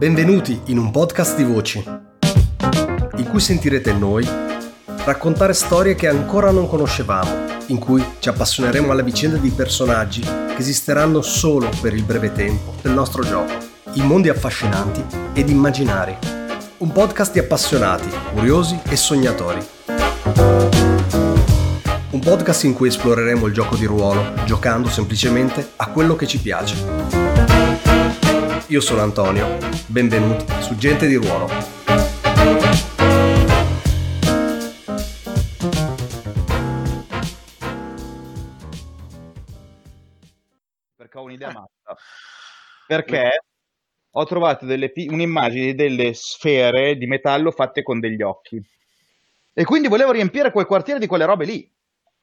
Benvenuti in un podcast di voci, in cui sentirete noi raccontare storie che ancora non conoscevamo, in cui ci appassioneremo alla vicenda di personaggi che esisteranno solo per il breve tempo del nostro gioco, in mondi affascinanti ed immaginari. Un podcast di appassionati, curiosi e sognatori. Un podcast in cui esploreremo il gioco di ruolo, giocando semplicemente a quello che ci piace. Io sono Antonio, benvenuti su Gente di Ruolo. Perché ho un'idea matta. Perché ho trovato un'immagine delle sfere di metallo fatte con degli occhi. E quindi volevo riempire quel quartiere di quelle robe lì.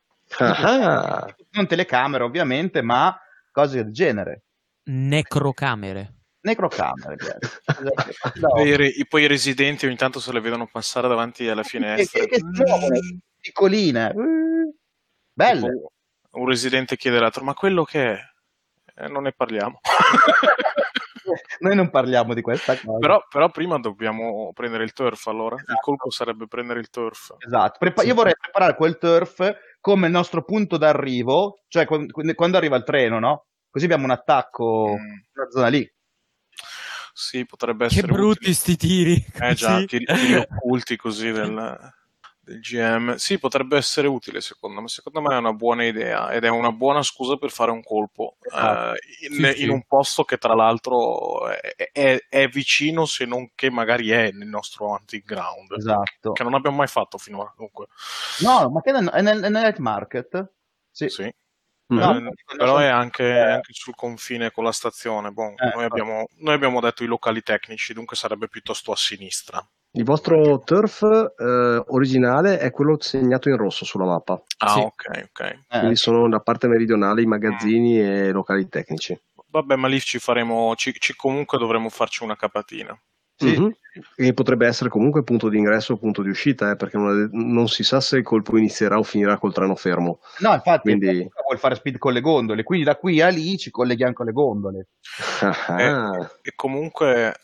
Non telecamere, ovviamente, ma cose del genere. Necrocamere. Necrocamere. Poi i residenti ogni tanto se le vedono passare davanti alla finestra. Che muovono, piccoline. Belle. Un residente chiede all'altro, ma quello che è? Non ne parliamo. Noi non parliamo di questa cosa. Però prima dobbiamo prendere il turf, allora. Esatto. Il colpo sarebbe prendere il turf. Esatto. Io vorrei preparare quel turf come il nostro punto d'arrivo, cioè quando arriva il treno, no? Così abbiamo un attacco nella zona lì. Sì, potrebbe essere Che brutti utile. sti tiri. Già, Sì. tiri occulti così del GM. Sì, potrebbe essere utile secondo me è una buona idea ed è una buona scusa per fare un colpo in un posto che tra l'altro è vicino, se non che magari è nel nostro hunting ground. Esatto. Che non abbiamo mai fatto finora comunque. No, ma che è nel night market? Sì. No, però è anche sul confine con la stazione. Noi abbiamo detto i locali tecnici, dunque sarebbe piuttosto a sinistra. Il vostro turf originale è quello segnato in rosso sulla mappa. Ah, Sì. ok. Quindi sono la parte meridionale i magazzini e i locali tecnici. Vabbè, ma lì comunque dovremmo farci una capatina. Sì. Mm-hmm. E potrebbe essere comunque punto di ingresso o punto di uscita, perché non si sa se il colpo inizierà o finirà col treno fermo. No, infatti, quindi vuol fare speed con le gondole, quindi da qui a lì ci colleghiamo con le gondole. E comunque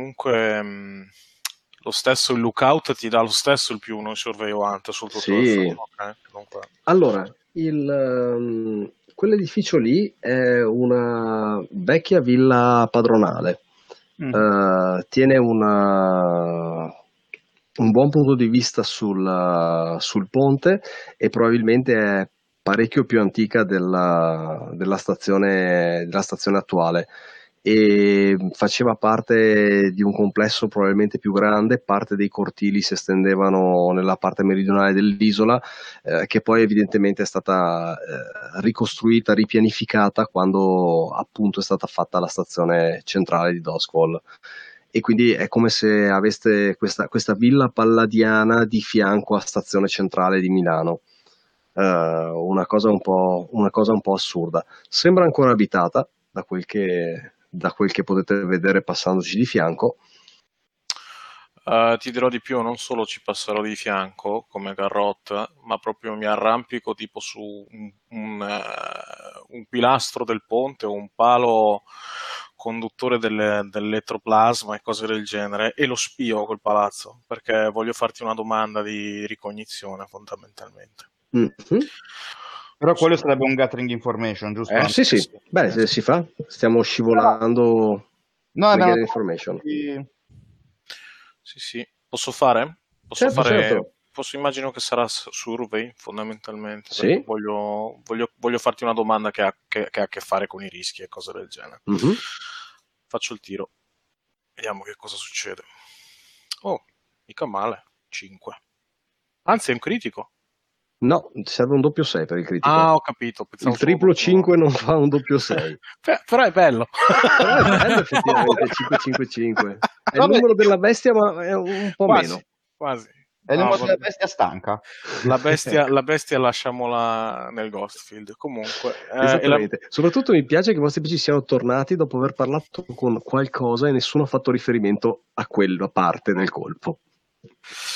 lo stesso il lookout ti dà lo stesso il +1 in surveillante sul tuo turf. Okay? Allora, quell'edificio lì è una vecchia villa padronale. Tiene un buon punto di vista sul ponte e probabilmente è parecchio più antica della stazione attuale, e faceva parte di un complesso probabilmente più grande. Parte dei cortili si estendevano nella parte meridionale dell'isola, che poi evidentemente è stata ricostruita, ripianificata quando appunto è stata fatta la stazione centrale di Doskwall, e quindi è come se aveste questa villa palladiana di fianco a stazione centrale di Milano. Una cosa un po' assurda. Sembra ancora abitata da quel che potete vedere passandoci di fianco. Ti dirò di più, non solo ci passerò di fianco come Garrot, ma proprio mi arrampico tipo su un pilastro del ponte o un palo conduttore dell'elettroplasma e cose del genere, e lo spio quel palazzo, perché voglio farti una domanda di ricognizione fondamentalmente. Mm-hmm. Però quello sarebbe un gathering information, giusto? Sì. Beh, si fa. Stiamo scivolando. No, information. Sì. Posso fare? Certo. Immagino che sarà survey fondamentalmente. Sì. Voglio farti una domanda che ha a che fare con i rischi e cose del genere. Mm-hmm. Faccio il tiro. Vediamo che cosa succede. Oh, mica male. 5. Anzi, è un critico. No, serve un doppio 6 per il critico. Ah, ho capito. Il triplo 5 non fa un doppio 6. Però è bello. Però è bello effettivamente, 555. È il numero della bestia, ma è un po' quasi, meno. Quasi. È il numero della bestia stanca. La bestia lasciamola nel Ghostfield. Comunque. Esattamente. Soprattutto mi piace che i vostri PC siano tornati dopo aver parlato con qualcosa e nessuno ha fatto riferimento a quella parte del colpo.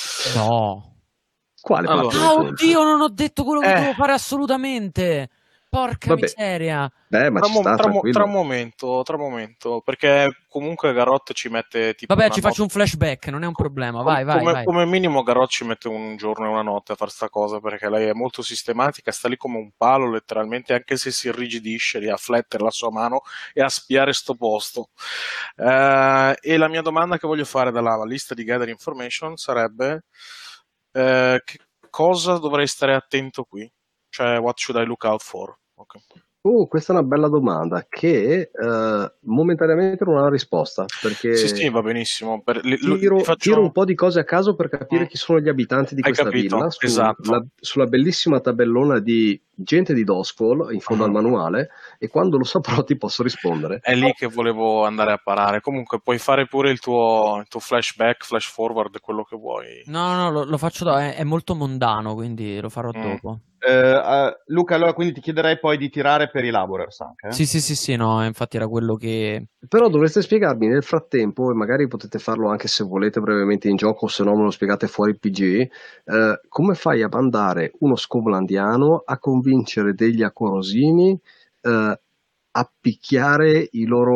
No. Quale parte del colpo? Oddio, non ho detto quello che devo fare assolutamente. Porca miseria! Ma ci sta, tra un momento, perché comunque Garrot ci mette tipo Vabbè, ci faccio un flashback, non è un problema, vai. Come minimo Garrot ci mette un giorno e una notte a fare sta cosa, perché lei è molto sistematica, sta lì come un palo letteralmente, anche se si irrigidisce lì a flettere la sua mano e a spiare sto posto. E la mia domanda che voglio fare dalla lista di gather information sarebbe che cosa dovrei stare attento qui? Cioè, what should I look out for? Okay. Questa è una bella domanda che momentaneamente non ha una risposta, perché sì, va benissimo. Tiro un po' di cose a caso per capire chi sono gli abitanti di questa villa sulla bellissima tabellona di gente di Doskwall in fondo al manuale, e quando lo saprò ti posso rispondere. È lì che volevo andare a parare. Comunque puoi fare pure il tuo flashback, flash forward, quello che vuoi. No, lo faccio dopo, è molto mondano, quindi lo farò dopo. Luca, allora quindi ti chiederei poi di tirare per i Laborers anche. Sì, no, infatti era quello che... Però dovreste spiegarmi nel frattempo, e magari potete farlo anche se volete brevemente in gioco, o se no me lo spiegate fuori PG, come fai a mandare uno scomlandiano a convincere degli acquorosini a picchiare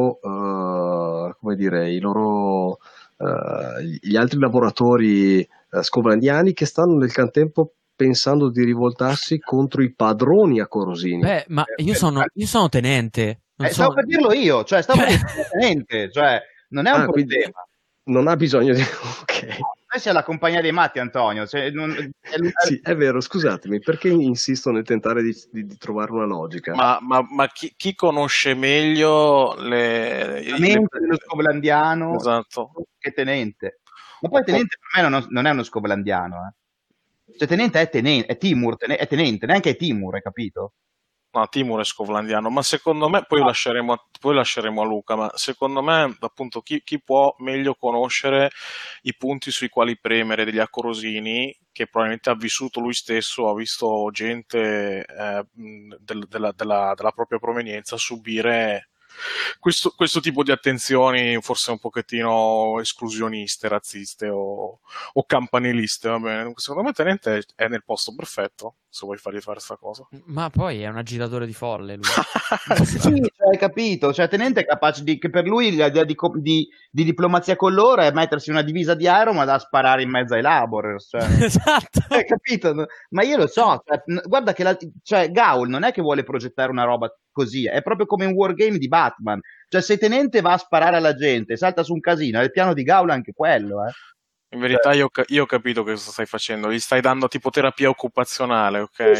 gli altri lavoratori scomlandiani che stanno nel contempo pensando di rivoltarsi contro i padroni acquorosini. Ma io sono tenente. Stavo per dirlo io, cioè stavo per dirlo tenente, cioè non è un problema. Non ha bisogno di... Ok. Noi siamo la compagnia dei matti, Antonio. Sì, è vero, scusatemi, perché insisto nel tentare di trovare una logica? Ma chi conosce meglio dello scoblandiano, esatto, che tenente? Ma poi tenente per me non è uno scoblandiano, Cioè tenente è Timur, è tenente, neanche è Timur, hai capito? No, Timur è scovlandiano, ma secondo me poi lasceremo a Luca, ma secondo me appunto chi può meglio conoscere i punti sui quali premere degli acquorosini, che probabilmente ha vissuto lui stesso, ha visto gente della propria provenienza subire questo tipo di attenzioni forse un pochettino esclusioniste, razziste o campaniliste, va bene. Secondo me Tenente è nel posto perfetto se vuoi fargli fare questa cosa. Ma poi è un agitatore di folle lui. Sì, hai capito, cioè Tenente è capace che per lui l'idea di diplomazia con loro è mettersi una divisa di Iron Man da sparare in mezzo ai Laborers, cioè. Esatto, hai capito? Ma io lo so, guarda che Gaul non è che vuole progettare una roba così, è proprio come un wargame di Batman, cioè se Tenente va a sparare alla gente, salta su un casino, è il piano di Gaul anche quello, In verità io ho capito che cosa stai facendo, gli stai dando tipo terapia occupazionale, ok?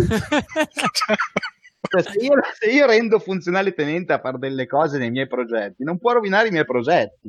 Se io rendo funzionale Tenente a fare delle cose nei miei progetti, non può rovinare i miei progetti.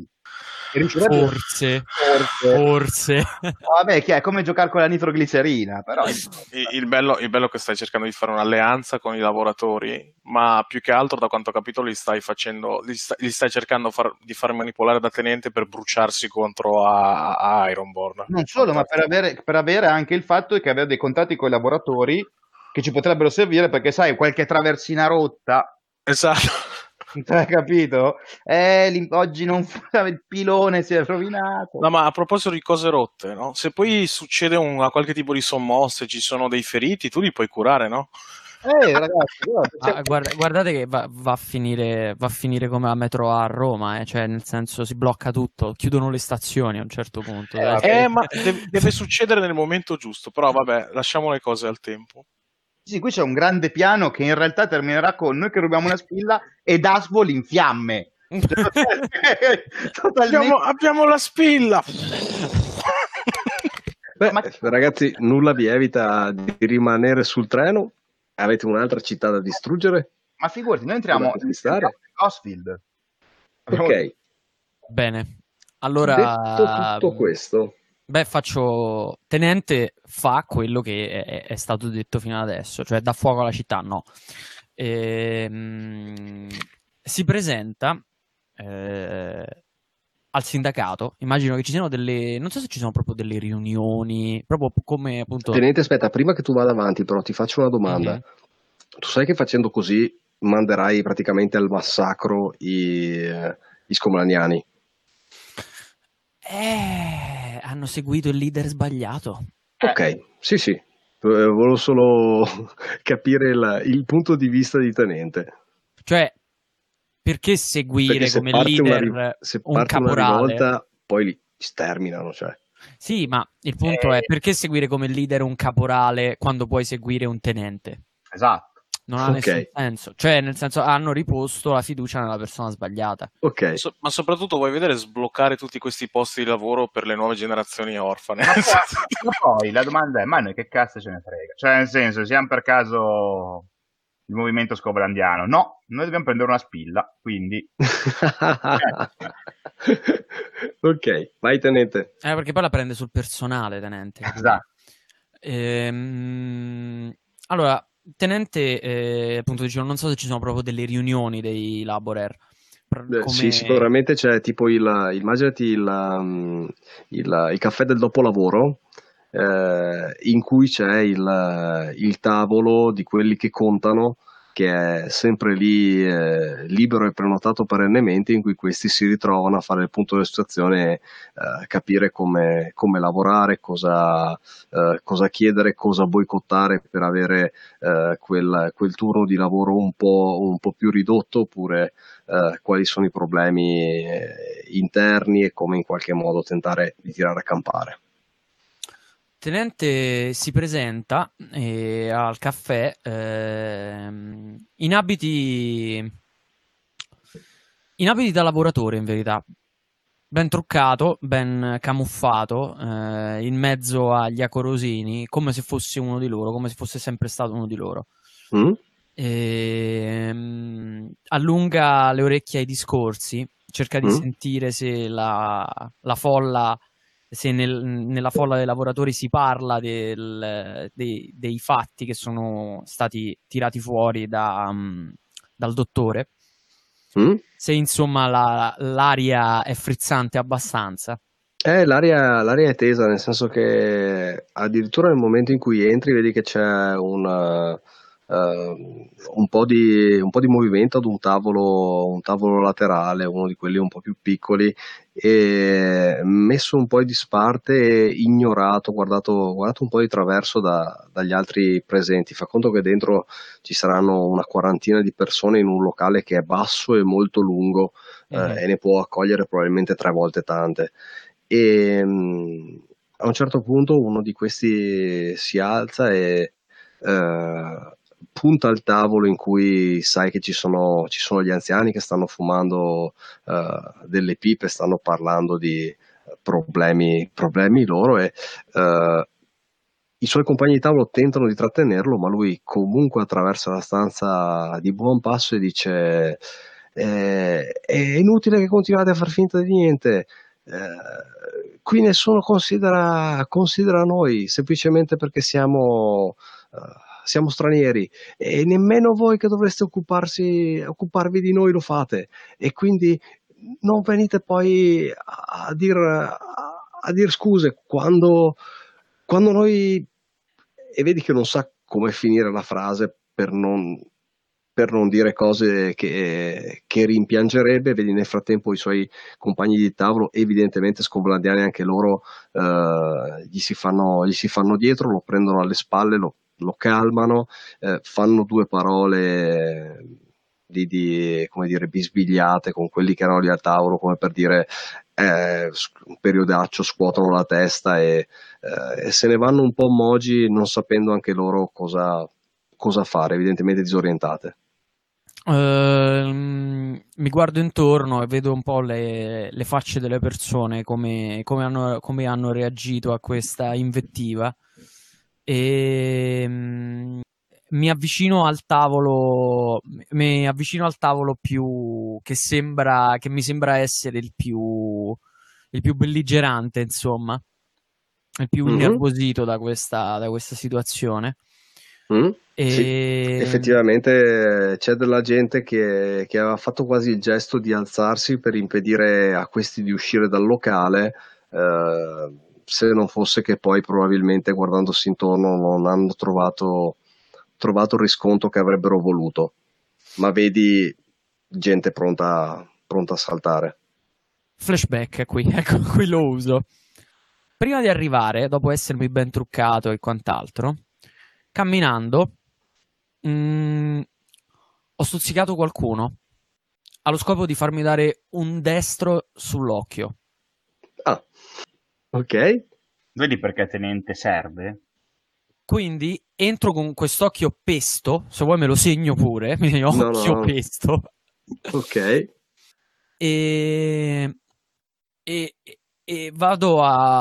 Forse. Vabbè, è come giocare con la nitroglicerina, però il bello che stai cercando di fare un'alleanza con i lavoratori, ma più che altro da quanto ho capito li stai cercando di far manipolare da tenente per bruciarsi contro a Ironborn. Non solo, ma per avere anche il fatto che avere dei contatti con i lavoratori che ci potrebbero servire, perché sai, qualche traversina rotta. Esatto. Hai capito? Oggi il pilone si è rovinato. No, ma a proposito di cose rotte, no? Se poi succede qualche tipo di sommossa e ci sono dei feriti, tu li puoi curare, no? Ragazzi, guardate che va a finire come la metro a Roma, cioè nel senso si blocca tutto, chiudono le stazioni a un certo punto. Ma deve succedere nel momento giusto, però vabbè, lasciamo le cose al tempo. Sì, qui c'è un grande piano che in realtà terminerà con noi che rubiamo una spilla e Duskwall in fiamme. Abbiamo la spilla. Ragazzi, nulla vi evita di rimanere sul treno? Avete un'altra città da distruggere? Ma figurati, noi entriamo in Gosfield. Ok. Bene. Allora, detto tutto questo, faccio tenente, fa quello che è stato detto fino adesso, cioè dà fuoco alla città, no. Si presenta al sindacato, immagino che ci siano non so se ci sono proprio delle riunioni, proprio come appunto... Tenente, aspetta, prima che tu vada avanti però ti faccio una domanda. Mm-hmm. Tu sai che facendo così manderai praticamente al massacro gli scomlaniani? Hanno seguito il leader sbagliato. Ok, sì. Volevo solo capire il punto di vista di tenente. Cioè, perché seguire Perché se come parte leader se un parte una caporale? rivolta, poi li sterminano, cioè. Sì, ma il punto è perché seguire come leader un caporale quando puoi seguire un tenente? Esatto. Non ha nessun senso. Cioè, nel senso, hanno riposto la fiducia nella persona sbagliata. Ok. Ma soprattutto vuoi vedere sbloccare tutti questi posti di lavoro per le nuove generazioni orfane? Ma poi la domanda è, ma noi che cazzo ce ne frega? Cioè, nel senso, siamo per caso il movimento scobrandiano? No, noi dobbiamo prendere una spilla, quindi... Ok, vai tenente. Perché poi la prende sul personale, tenente. Esatto. Allora, tenente, appunto dicevo, non so se ci sono proprio delle riunioni dei Laborer. Sì, sicuramente c'è tipo immaginati il caffè del dopolavoro, in cui c'è il tavolo di quelli che contano, che è sempre lì, libero e prenotato perennemente, in cui questi si ritrovano a fare il punto della situazione, capire come lavorare, cosa chiedere, cosa boicottare per avere quel turno di lavoro un po' più ridotto, oppure quali sono i problemi interni e come in qualche modo tentare di tirare a campare. Tenente si presenta al caffè in abiti da lavoratore, in verità, ben truccato, ben camuffato, in mezzo agli acorosini, come se fosse uno di loro, come se fosse sempre stato uno di loro. Allunga le orecchie ai discorsi, cerca di sentire se la folla, se nella folla dei lavoratori si parla dei fatti che sono stati tirati fuori dal dottore, se insomma l'aria è frizzante abbastanza. L'aria è tesa, nel senso che addirittura nel momento in cui entri vedi che c'è un po' di movimento ad un tavolo laterale, uno di quelli un po' più piccoli, e messo un po' in disparte, ignorato, guardato un po' di traverso dagli altri presenti. Fa conto che dentro ci saranno una quarantina di persone in un locale che è basso e molto lungo, e ne può accogliere probabilmente 3 volte tante. E a un certo punto uno di questi si alza e punta al tavolo in cui sai che ci sono gli anziani che stanno fumando delle pipe, stanno parlando di problemi loro, e i suoi compagni di tavolo tentano di trattenerlo, ma lui comunque attraversa la stanza di buon passo e dice: è inutile che continuate a far finta di niente. Qui nessuno considera noi, semplicemente perché siamo stranieri, e nemmeno voi che dovreste occuparvi di noi lo fate, e quindi non venite poi a dir scuse quando noi... E vedi che non sa come finire la frase per non dire cose che rimpiangerebbe. Vedi nel frattempo i suoi compagni di tavolo, evidentemente scomblandiani anche loro, gli si fanno dietro, lo prendono alle spalle, lo calmano, fanno 2 parole come dire, bisbigliate con quelli che erano lì al tavolo, come per dire un periodaccio, scuotono la testa e se ne vanno un po' mogi, non sapendo anche loro cosa fare, evidentemente disorientate. Mi guardo intorno e vedo un po' le facce delle persone, come hanno reagito a questa invettiva, e mi avvicino al tavolo più che mi sembra essere il più belligerante, insomma, il più innervosito da questa situazione. Sì, effettivamente c'è della gente che aveva fatto quasi il gesto di alzarsi per impedire a questi di uscire dal locale, se non fosse che poi probabilmente, guardandosi intorno, non hanno trovato il riscontro che avrebbero voluto, ma vedi gente pronta a saltare. Flashback qui, ecco, qui lo uso. Prima di arrivare, dopo essermi ben truccato e quant'altro, camminando, ho stuzzicato qualcuno allo scopo di farmi dare un destro sull'occhio. Ah, ok. Vedi perché tenente serve? Quindi entro con quest'occhio pesto, se vuoi me lo segno pure, quindi occhio No. pesto. Ok. E vado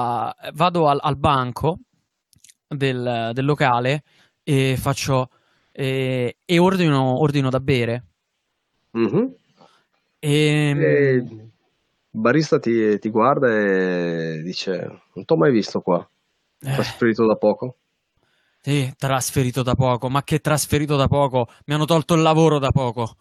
al banco del locale e faccio e ordino da bere. Mhm. E, E il barista ti guarda e dice: non t'ho mai visto qua. Trasferito da poco? sì, trasferito da poco, ma che trasferito da poco? Mi hanno tolto il lavoro da poco.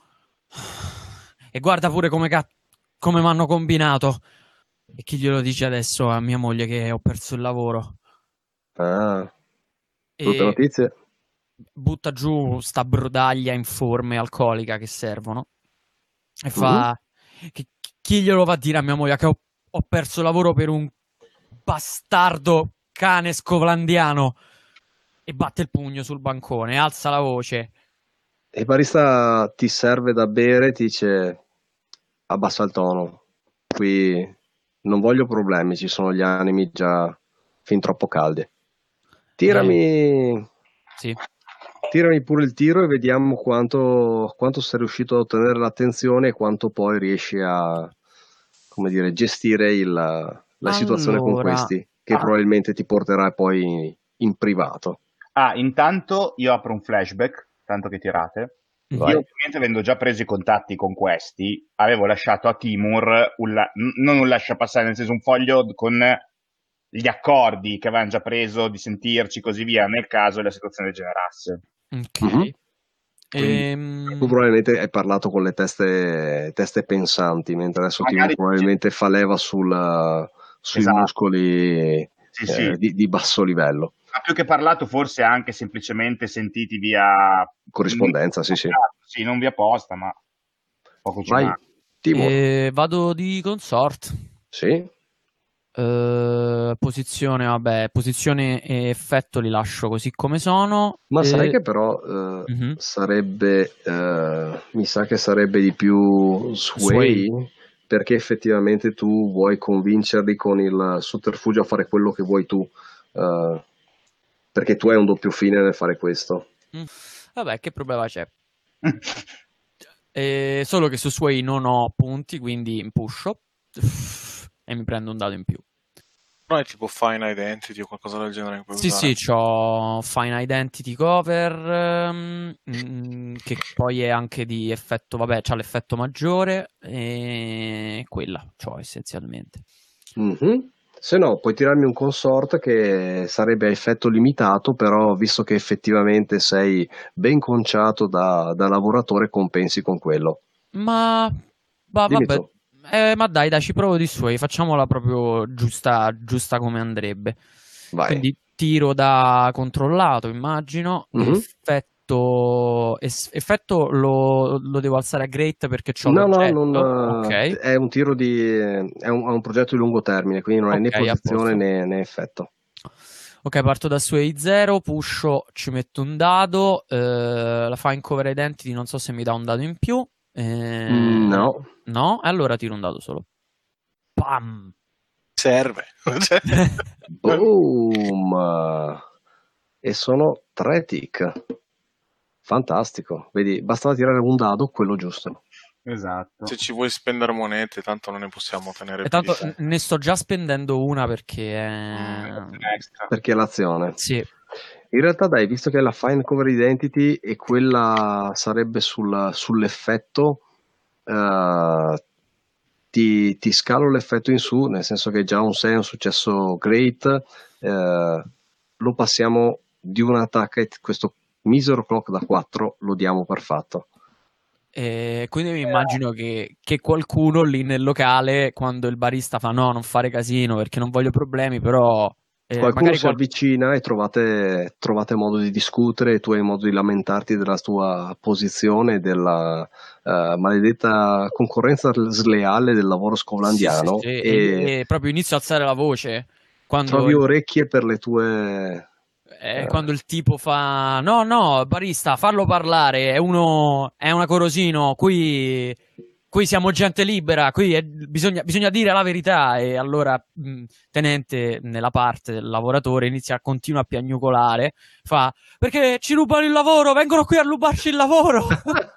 E guarda pure come mi hanno combinato. E chi glielo dice adesso a mia moglie che ho perso il lavoro? Ah, brutte E notizie. butta giù sta brodaglia informe alcolica che servono e Mhm. fa chi glielo va a dire a mia moglie che ho perso il lavoro per un bastardo cane scovlandiano, e batte il pugno sul bancone, alza la voce. E il barista ti serve da bere, ti dice: abbassa il tono, qui non voglio problemi, ci sono gli animi già fin troppo caldi. Tirami Sì. Tirami pure il tiro e vediamo quanto sei riuscito a ottenere l'attenzione e quanto poi riesci a, come dire, gestire la situazione con Allora, questi, che probabilmente ti porterà poi in privato. Intanto io apro un flashback, tanto che tirate. Vai. Io ovviamente, avendo già preso i contatti con questi, avevo lasciato a Timur non un lasciapassare, nel senso un foglio con gli accordi che avevano già preso di sentirci, così via, nel caso la situazione degenerasse. ok. Mhm. Ehm, Tu probabilmente hai parlato con le teste pensanti, mentre adesso Magari Timo probabilmente fa leva sui Esatto. muscoli Sì. di basso livello. Ma più che parlato, forse anche semplicemente sentiti via Corrispondenza, sì. Sì, non via posta, ma poco ci Vai, manca. Timur. vado di consort. Sì. Posizione, vabbè, posizione e effetto li lascio così come sono. Ma sai che però Mhm. mi sa che sarebbe di più Sway. Sway, perché effettivamente tu vuoi convincerli con il sotterfugio a fare quello che vuoi tu, perché tu hai un doppio fine nel fare questo. Vabbè, che problema c'è? Solo che su Sway non ho punti, quindi pusho e mi prendo un dado in più. No, è tipo Fine Identity o qualcosa del genere che puoi Sì, usare. sì, c'ho Fine Identity Cover, che poi è anche di effetto, vabbè, c'ha l'effetto maggiore, e quella c'ho essenzialmente. Mhm. Se no, puoi tirarmi un consort che sarebbe a effetto limitato, però visto che effettivamente sei ben conciato da lavoratore, compensi con quello. Ma Dimmi vabbè, tu. ma dai, ci provo di Sway, facciamola proprio giusta come andrebbe. Vai. Quindi tiro da controllato, immagino. Mhm. Effetto lo devo alzare a great perché c'ho No, l'oggetto. Ok, è un tiro è un progetto di lungo termine, quindi non hai né ok, a posizione posto. né effetto. Ok, parto da Sway 0, pusho, ci metto un dado. La Fine Cover Identity non so se mi dà un dado in più. No. No? Allora tiro un dado solo. Pam! Serve. Boom! E sono 3 tick. Fantastico. Vedi, bastava tirare un dado, quello giusto. Esatto. Se ci vuoi spendere monete, tanto non ne possiamo tenere E più di tanto te. ne sto già spendendo una perché Extra. Perché è l'azione. sì. In realtà, dai, visto che è la Fine Cover Identity e quella sarebbe sull'effetto, ti scalo l'effetto in su, nel senso che già un 6 è un successo great, lo passiamo di un attacco e questo misero clock da 4 lo diamo per fatto. Quindi mi immagino che qualcuno lì nel locale, quando il barista fa no, non fare casino perché non voglio problemi, però Qualcuno magari si avvicina e trovate modo di discutere e tu hai modo di lamentarti della tua posizione, della maledetta concorrenza sleale del lavoro sì, scovlandiano e proprio inizio a alzare la voce quando trovi orecchie per le tue Quando il tipo fa no, barista, fallo parlare, è una Corosino, qui siamo gente libera, qui bisogna dire la verità. E allora tenente, nella parte del lavoratore, continua a piagnucolare, fa: perché ci rubano il lavoro, vengono qui a rubarci il lavoro.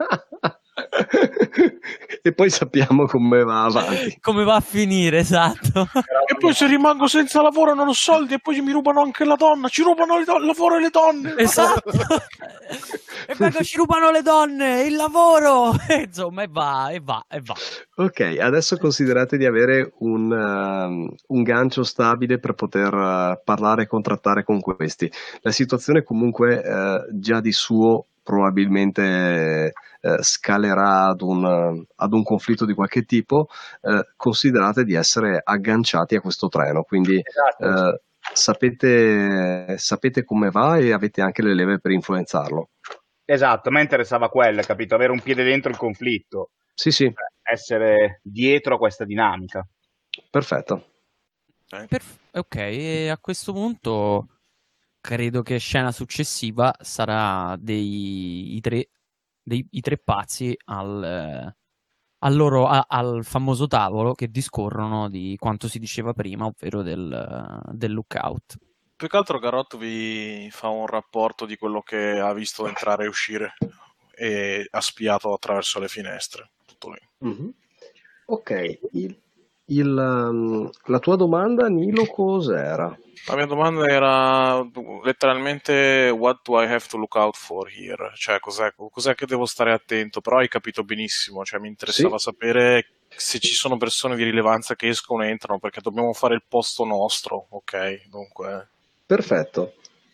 E poi sappiamo come va avanti. Come va a finire, esatto. E poi se rimango senza lavoro non ho soldi e poi mi rubano anche la donna, ci rubano il lavoro e le donne. Esatto. E poi ci rubano le donne, il lavoro. Insomma, e va. Ok, adesso considerate di avere un gancio stabile per poter parlare e contrattare con questi. La situazione comunque già di suo probabilmente scalerà ad un conflitto di qualche tipo. Considerate di essere agganciati a questo treno, quindi Esatto. sapete come va e avete anche le leve per influenzarlo. Esatto, a me interessava quello, capito? Avere un piede dentro il conflitto. Sì, Essere dietro a questa dinamica. perfetto. Ok, e a questo punto credo che scena successiva sarà i tre pazzi al famoso tavolo che discorrono di quanto si diceva prima, ovvero del lookout. Più che altro Garrot vi fa un rapporto di quello che ha visto entrare e uscire e ha spiato attraverso le finestre. Tutto lì. Mm-hmm. Ok, la tua domanda, Nilo, cos'era? La mia domanda era letteralmente what do I have to look out for here? Cioè cos'è che devo stare attento? Però hai capito benissimo, cioè mi interessava sapere se ci sono persone di rilevanza che escono e entrano, perché dobbiamo fare il posto nostro, ok? Dunque... Perfetto.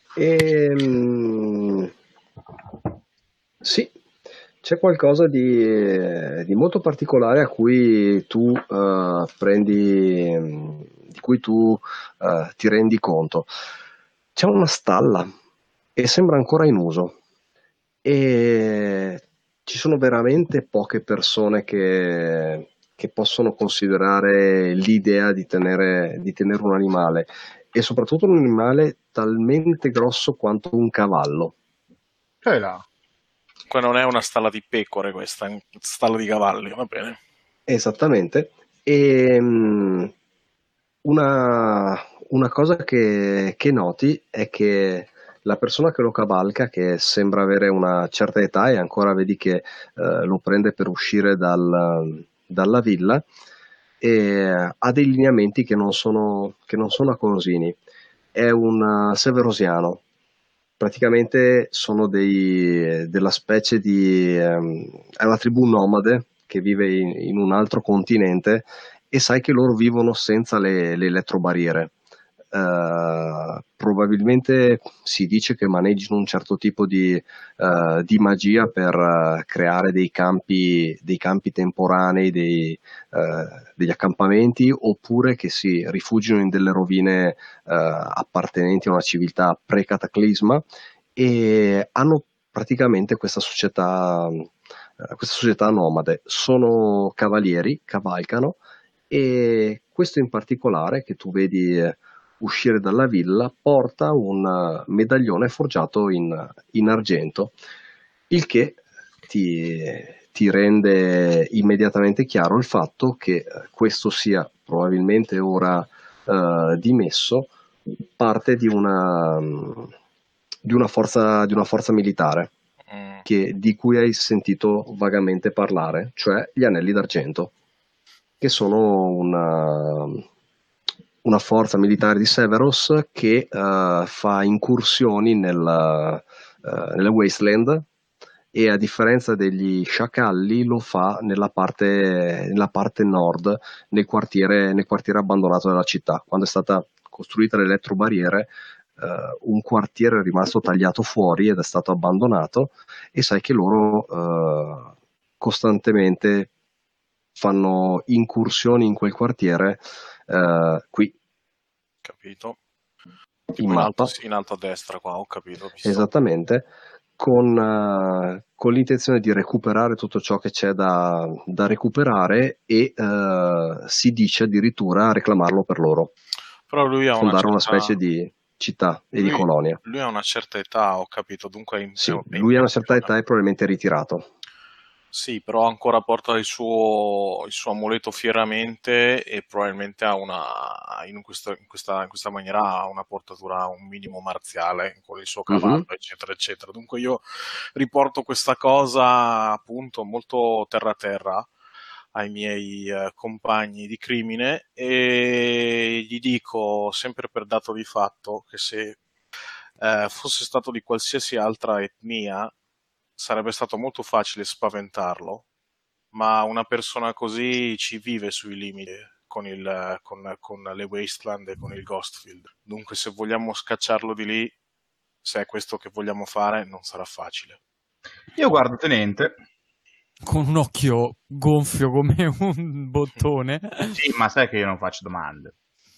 Sì, c'è qualcosa di molto particolare a cui tu di cui tu ti rendi conto. C'è una stalla e sembra ancora in uso e ci sono veramente poche persone che possono considerare l'idea di tenere un animale, e soprattutto un animale talmente grosso quanto un cavallo. Cioè là. Qua non è una stalla di pecore, questa è una stalla di cavalli, va bene? Esattamente. E una cosa che noti è che la persona che lo cavalca, che sembra avere una certa età e ancora vedi che lo prende per uscire dalla villa, e ha dei lineamenti che non sono accorosini. È un severosiano. Praticamente sono della specie è una tribù nomade che vive in un altro continente, e sai che loro vivono senza le elettrobarriere. Probabilmente si dice che maneggino un certo tipo di magia per creare dei campi temporanei, degli accampamenti, oppure che si rifugino in delle rovine appartenenti a una civiltà pre-cataclisma, e hanno praticamente questa società nomade. Sono cavalieri, cavalcano, e questo in particolare che tu vedi uscire dalla villa porta un medaglione forgiato in argento, il che ti rende immediatamente chiaro il fatto che questo sia probabilmente ora dimesso, parte di una forza militare di cui hai sentito vagamente parlare, cioè gli Anelli d'Argento, che sono una forza militare di Severos che fa incursioni nelle Wasteland, e a differenza degli sciacalli lo fa nella parte nord, nel quartiere abbandonato della città. Quando è stata costruita l'elettrobarriere, un quartiere è rimasto tagliato fuori ed è stato abbandonato, e sai che loro costantemente fanno incursioni in quel quartiere, qui. Capito. In mappa. In alto a destra qua, ho capito. Esattamente, con l'intenzione di recuperare tutto ciò che c'è da recuperare, e si dice addirittura reclamarlo per loro. Però lui ha fondare una specie di città e di colonia. Lui ha una certa età, ho capito, dunque sì, lui ha una certa età e probabilmente è ritirato. Sì, però ancora porta il suo amuleto fieramente e probabilmente ha in questa maniera ha una portatura un minimo marziale con il suo cavallo, eccetera, eccetera. Dunque io riporto questa cosa appunto molto terra ai miei compagni di crimine e gli dico sempre per dato di fatto che se fosse stato di qualsiasi altra etnia sarebbe stato molto facile spaventarlo, ma una persona così ci vive sui limiti con le Wasteland e con il Ghostfield. Dunque se vogliamo scacciarlo di lì, se è questo che vogliamo fare, non sarà facile. Io guardo Tenente. Con un occhio gonfio come un bottone. Sì, ma sai che io non faccio domande.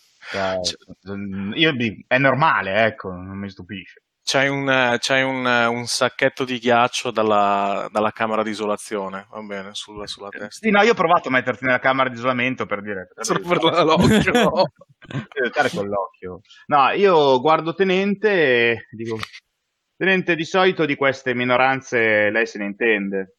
È normale, ecco, non mi stupisce. C'hai un sacchetto di ghiaccio dalla camera di isolazione, va bene, sulla testa. Sì, no, io ho provato a metterti nella camera di isolamento per dire... Solo per l'occhio. Devo stare con l'occhio. No, io guardo Tenente e dico... Tenente, di solito di queste minoranze lei se ne intende.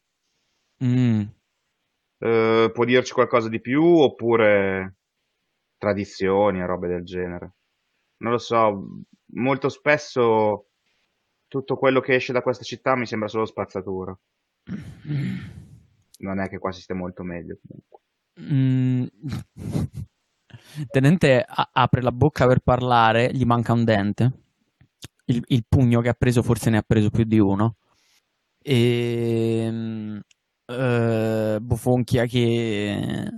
Può dirci qualcosa di più oppure tradizioni e robe del genere? Non lo so, molto spesso tutto quello che esce da questa città mi sembra solo spazzatura. Non è che qua si stia molto meglio comunque. Tenente apre la bocca per parlare, gli manca un dente. Il pugno che ha preso forse ne ha preso più di uno. E bofonchia che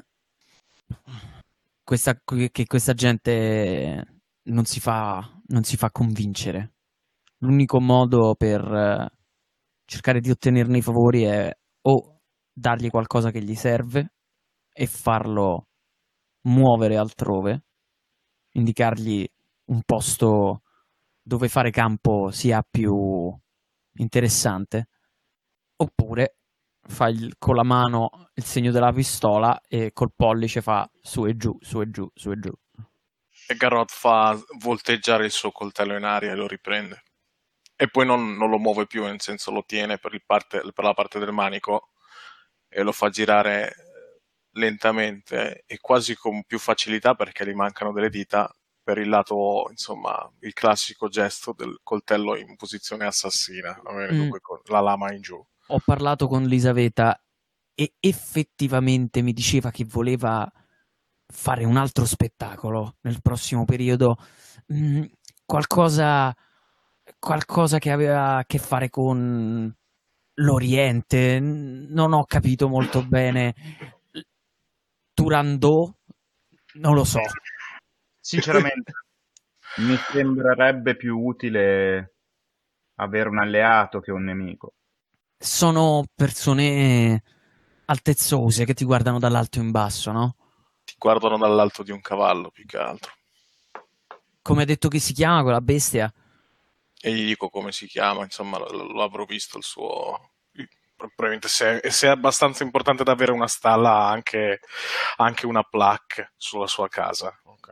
questa gente non si fa convincere. L'unico modo per cercare di ottenerne i favori è o dargli qualcosa che gli serve e farlo muovere altrove, indicargli un posto dove fare campo sia più interessante, oppure fa con la mano il segno della pistola e col pollice fa su e giù, su e giù, su e giù. E Garrot fa volteggiare il suo coltello in aria e lo riprende. E poi non lo muove più, nel senso lo tiene per la parte del manico e lo fa girare lentamente e quasi con più facilità perché gli mancano delle dita per il lato, insomma, il classico gesto del coltello in posizione assassina, dunque con la lama in giù. Ho parlato con Lisaveta e effettivamente mi diceva che voleva fare un altro spettacolo nel prossimo periodo, qualcosa che aveva a che fare con l'Oriente, non ho capito molto bene. Turandot? Non lo so. Sinceramente, mi sembrerebbe più utile avere un alleato che un nemico. Sono persone altezzose che ti guardano dall'alto in basso, no? Ti guardano dall'alto di un cavallo, più che altro. Come ha detto che si chiama quella bestia? E gli dico come si chiama, insomma, lo avrò visto il suo... Probabilmente se è abbastanza importante da avere una stalla, anche una plaque sulla sua casa. Okay.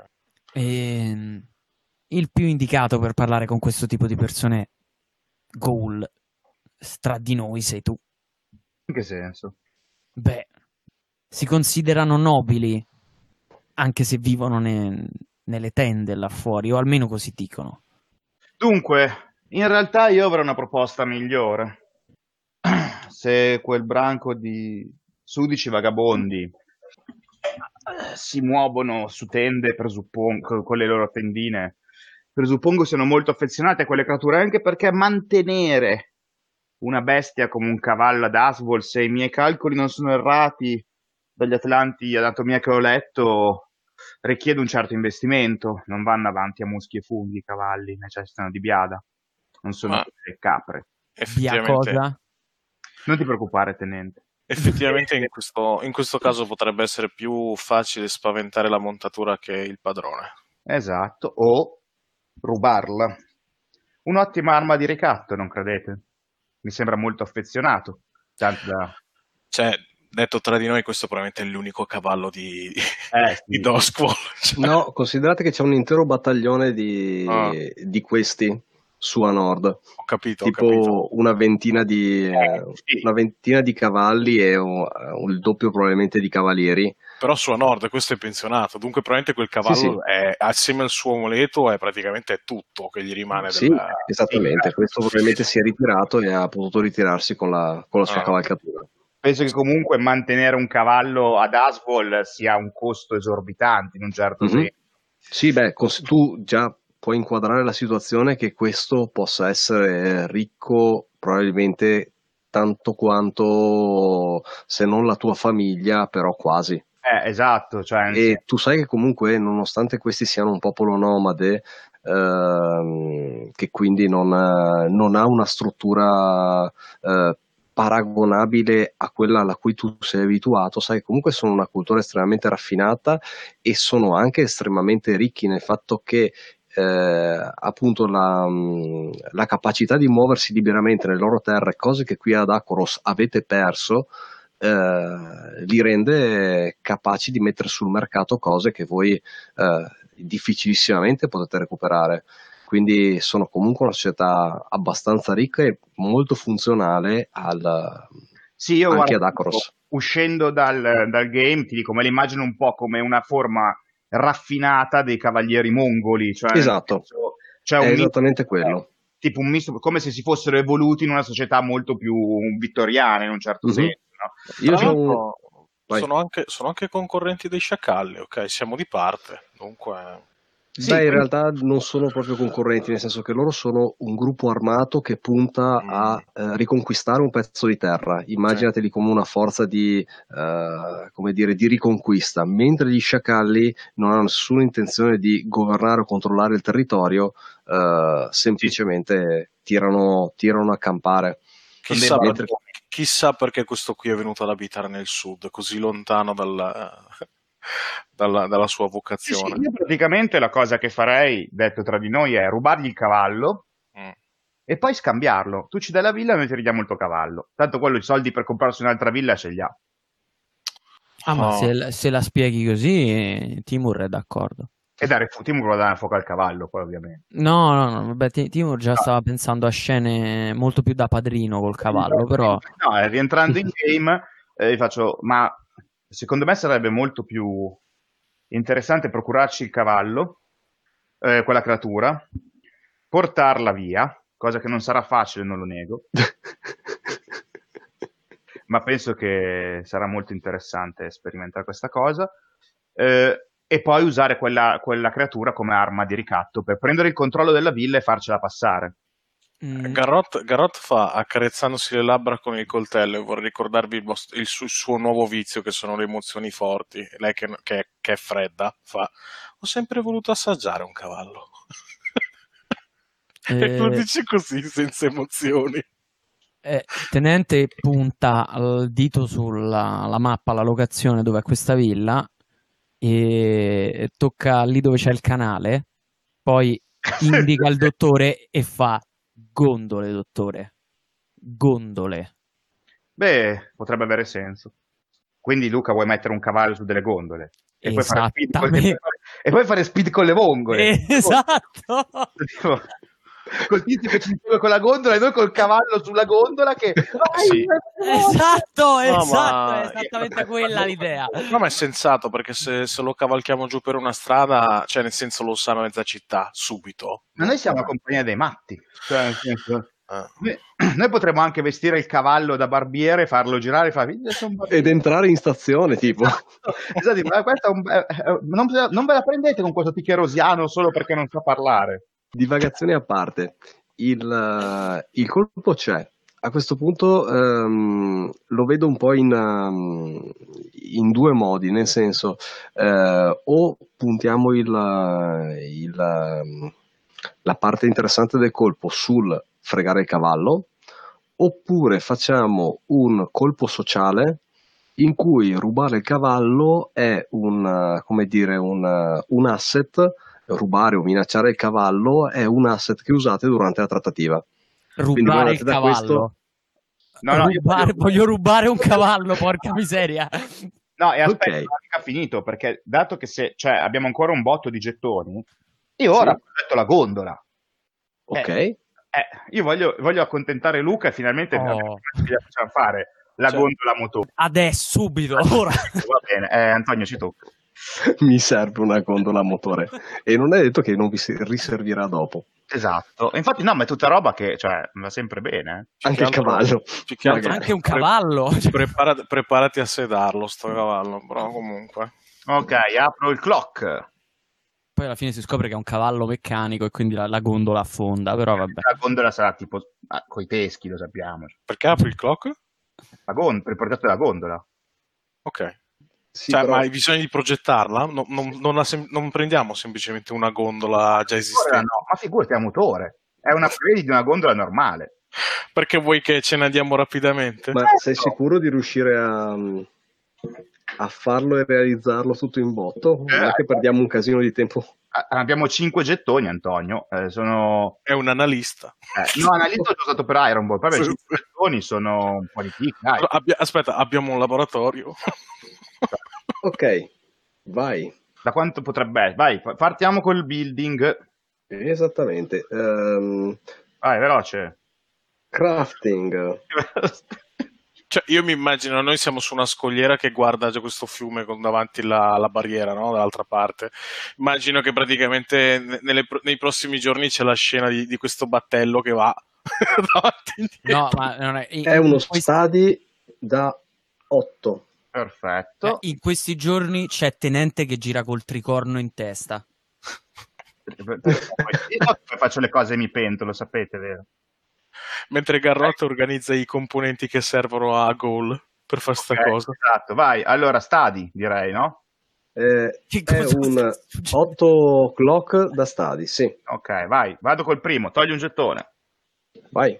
Il più indicato per parlare con questo tipo di persone, Ghoul, tra di noi sei tu. In che senso? Beh, si considerano nobili anche se vivono nelle tende là fuori, o almeno così dicono. Dunque, in realtà io avrei una proposta migliore. Se quel branco di sudici vagabondi si muovono su tende, presuppongo, con le loro tendine, presuppongo siano molto affezionati a quelle creature, anche perché mantenere una bestia come un cavallo ad Asvol, se i miei calcoli non sono errati dagli Atlanti anatomia che ho letto, richiede un certo investimento. Non vanno avanti a muschi e funghi i cavalli, necessitano di biada, non sono capre. Effettivamente, cosa? Non ti preoccupare, tenente. Effettivamente in questo caso potrebbe essere più facile spaventare la montatura che il padrone. Esatto, o rubarla. Un'ottima arma di ricatto, non credete? Mi sembra molto affezionato. Tanto da... Cioè, detto tra di noi, questo probabilmente è l'unico cavallo di Sì. Doskwall. Cioè. No, considerate che c'è un intero battaglione di questi su a nord. Ho capito. Tipo una ventina di cavalli e il doppio probabilmente di cavalieri. Però su a nord questo è pensionato, dunque probabilmente quel cavallo è, assieme al suo amuleto, è praticamente tutto che gli rimane. Sì, esattamente. Questo probabilmente si è ritirato e ha potuto ritirarsi con la sua cavalcatura. Penso che comunque mantenere un cavallo ad Aswall sia un costo esorbitante in un certo senso. Sì, beh, tu già puoi inquadrare la situazione che questo possa essere ricco probabilmente tanto quanto, se non la tua famiglia, però quasi. Esatto. Cioè, E tu sai che comunque, nonostante questi siano un popolo nomade, che quindi non ha una struttura paragonabile a quella alla cui tu sei abituato, sai, comunque sono una cultura estremamente raffinata e sono anche estremamente ricchi nel fatto che appunto la capacità di muoversi liberamente nelle loro terre, cose che qui ad Akoros avete perso, li rende capaci di mettere sul mercato cose che voi difficilissimamente potete recuperare. Quindi sono comunque una società abbastanza ricca e molto funzionale anche ad Akoros. Uscendo dal game, ti dico, me li immagino un po' come una forma raffinata dei cavalieri mongoli. Cioè, esatto, cioè è esattamente quello. Tipo un misto, come se si fossero evoluti in una società molto più vittoriana in un certo senso. No? Io sono anche concorrenti dei sciacalli, ok? Siamo di parte, dunque... Sì, in realtà non sono proprio concorrenti, nel senso che loro sono un gruppo armato che punta a riconquistare un pezzo di terra. Immaginateli come una forza di riconquista, mentre gli sciacalli non hanno nessuna intenzione di governare o controllare il territorio, semplicemente tirano a campare. Chissà perché questo qui è venuto ad abitare nel sud, così lontano dalla sua vocazione. Io praticamente la cosa che farei, detto tra di noi, è rubargli il cavallo e poi scambiarlo. Tu ci dai la villa e noi ti ridiamo il tuo cavallo. Tanto quello i soldi per comprarsi un'altra villa ce li ha. Ma se la spieghi così, Timur è d'accordo. E dare Timur va a dare fuoco al cavallo, poi ovviamente. No, vabbè, Timur già stava pensando a scene molto più da padrino col cavallo, però... No, rientrando in game, vi faccio, ma secondo me sarebbe molto più interessante procurarci il cavallo, quella creatura, portarla via, cosa che non sarà facile, non lo nego, ma penso che sarà molto interessante sperimentare questa cosa, e poi usare quella creatura come arma di ricatto per prendere il controllo della villa e farcela passare. Garrot fa accarezzandosi le labbra con il coltello, e vorrei ricordarvi il suo nuovo vizio, che sono le emozioni forti. Lei che è fredda fa: ho sempre voluto assaggiare un cavallo. E lo dice così, senza emozioni. Tenente punta il dito sulla mappa, la locazione dove è questa villa, e tocca lì dove c'è il canale, poi indica il dottore e fa: gondole, dottore, gondole. Beh, potrebbe avere senso. Quindi Luca vuoi mettere un cavallo su delle gondole e poi fare speed con le vongole. Esatto. Col tizio che ci segue con la gondola e noi col cavallo sulla gondola che... Sì. Esatto, è esattamente quella l'idea. No, ma è sensato, perché se lo cavalchiamo giù per una strada, cioè nel senso lo sa mezza città, subito. Ma noi siamo la compagnia dei matti. Cioè, nel senso... Noi potremmo anche vestire il cavallo da barbiere, farlo girare ed entrare in stazione, tipo. Esatto, ma questo non ve la prendete con questo ticcherosiano solo perché non sa parlare. Divagazioni a parte, il colpo c'è. A questo punto lo vedo un po' in due modi, nel senso, o puntiamo la parte interessante del colpo sul fregare il cavallo, oppure facciamo un colpo sociale in cui rubare il cavallo è un asset. Rubare o minacciare il cavallo è un asset che usate durante la trattativa. Rubare il cavallo. No, voglio rubare un cavallo, porca miseria. No, e aspetta, non è mica finito, perché dato che abbiamo ancora un botto di gettoni, io ora progetto la gondola. Ok. Io voglio accontentare Luca e finalmente facciamo fare la gondola a motore. Adesso, subito, ora. Va bene, Antonio, ci tocca. Mi serve una gondola a motore e non è detto che non vi riservirà dopo. Esatto, infatti no, ma è tutta roba che va sempre bene. Anche il cavallo. Anche un cavallo. Preparati a sedarlo sto cavallo, però comunque. Ok, apro il clock. Poi alla fine si scopre che è un cavallo meccanico e quindi la gondola affonda, però vabbè. La gondola sarà tipo coi teschi, lo sappiamo. Perché apri il clock? Per il progetto della gondola. Ok. Sì, cioè, ma hai bisogno di progettarla? Non prendiamo semplicemente una gondola già esistente. No, ma figurati, a motore. È una prevedi di una gondola normale. Perché vuoi che ce ne andiamo rapidamente? Ma sei sicuro di riuscire a farlo e realizzarlo tutto in botto? Non è che perdiamo un casino di tempo. Abbiamo 5 gettoni, Antonio. È un analista. No, analista ho già usato per Iron Ball. Poi 5 gettoni sono un po' di tic. Aspetta, abbiamo un laboratorio. Ok, vai. Da quanto potrebbe? Vai, partiamo col building. Esattamente. Vai, veloce. Crafting. Cioè, io mi immagino, noi siamo su una scogliera che guarda già questo fiume con davanti la barriera, no? Dall'altra parte. Immagino che praticamente nei prossimi giorni c'è la scena di questo battello che va davanti. No, ma non è uno stadi da 8. Perfetto. In questi giorni c'è Tenente che gira col tricorno in testa. Io faccio le cose e mi pento, lo sapete, vero? Mentre Garrotto organizza i componenti che servono a Goal per fare sta cosa. Esatto, vai. Allora, stadi, direi, no? È un 8 clock da stadi, sì. Ok, vai. Vado col primo. Togli un gettone. Vai.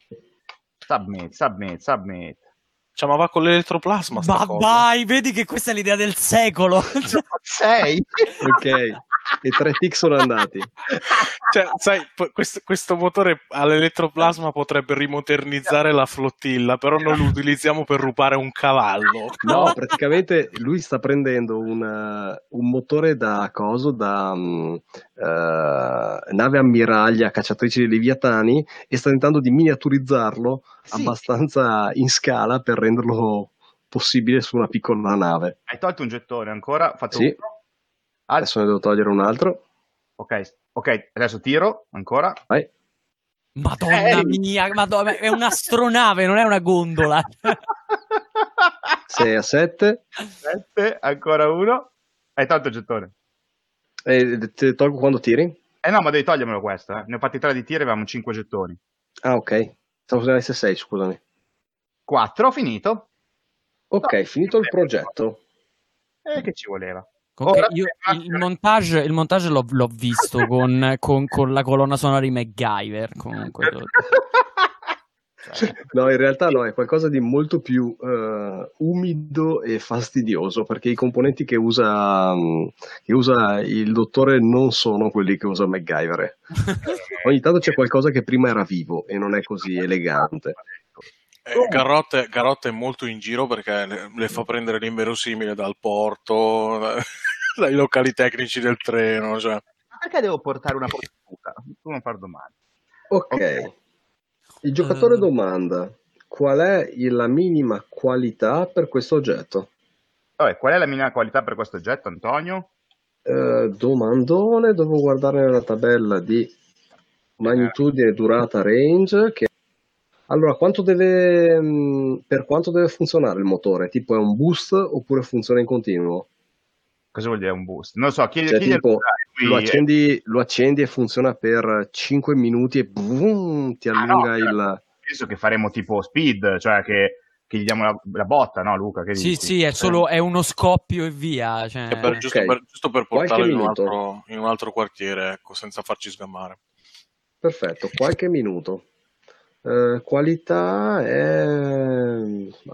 Submit. Cioè, ma va con l'elettroplasma sta cosa. Vai, vedi che questa è l'idea del secolo. 6. Ok. E 3 tick sono andati. Cioè, sai, questo motore all'elettroplasma potrebbe rimodernizzare la flottilla, però non lo utilizziamo per rubare un cavallo. No, praticamente lui sta prendendo un motore da nave ammiraglia cacciatrice di Leviatani e sta tentando di miniaturizzarlo abbastanza in scala per renderlo possibile su una piccola nave. Hai tolto un gettone ancora? Fatto sì. uno. Adesso ne devo togliere un altro. Ok, adesso tiro ancora. Vai. Madonna mia, è un'astronave, non è una gondola. 6 a 7. 7, ancora uno. Hai tolto il gettone. Te tolgo quando tiri? No, ma devi togliermelo questo. Ne ho fatti 3 di tiri e avevamo 5 gettoni. Ah, ok. Stavo usando S6, scusami. 4, ho finito. Ok, finito il progetto. Che ci voleva? Io il montage l'ho visto con la colonna sonora di MacGyver. Comunque. No, in realtà no, è qualcosa di molto più umido e fastidioso, perché i componenti che usa il dottore non sono quelli che usa MacGyver. Ogni tanto c'è qualcosa che prima era vivo e non è così elegante. Garrot è molto in giro perché le fa prendere l'inverosimile dal porto, dai locali tecnici del treno. Cioè. Ma perché devo portare una prostituta? Tu non far domande. Ok. Il giocatore domanda: qual è la minima qualità per questo oggetto? Vabbè, qual è la minima qualità per questo oggetto, Antonio? Domandone, devo guardare nella tabella di magnitudine, durata, range. Allora, per quanto deve funzionare il motore? Tipo è un boost oppure funziona in continuo? Cosa vuol dire un boost? Non so, tipo, lo accendi e funziona per 5 minuti e boom, ti allunga il... Penso che faremo tipo speed, cioè che gli diamo la botta, no Luca? Che sì, dici? è uno scoppio e via. Cioè... Giusto per portarlo in un altro quartiere, ecco, senza farci sgamare. Perfetto, qualche minuto. Qualità è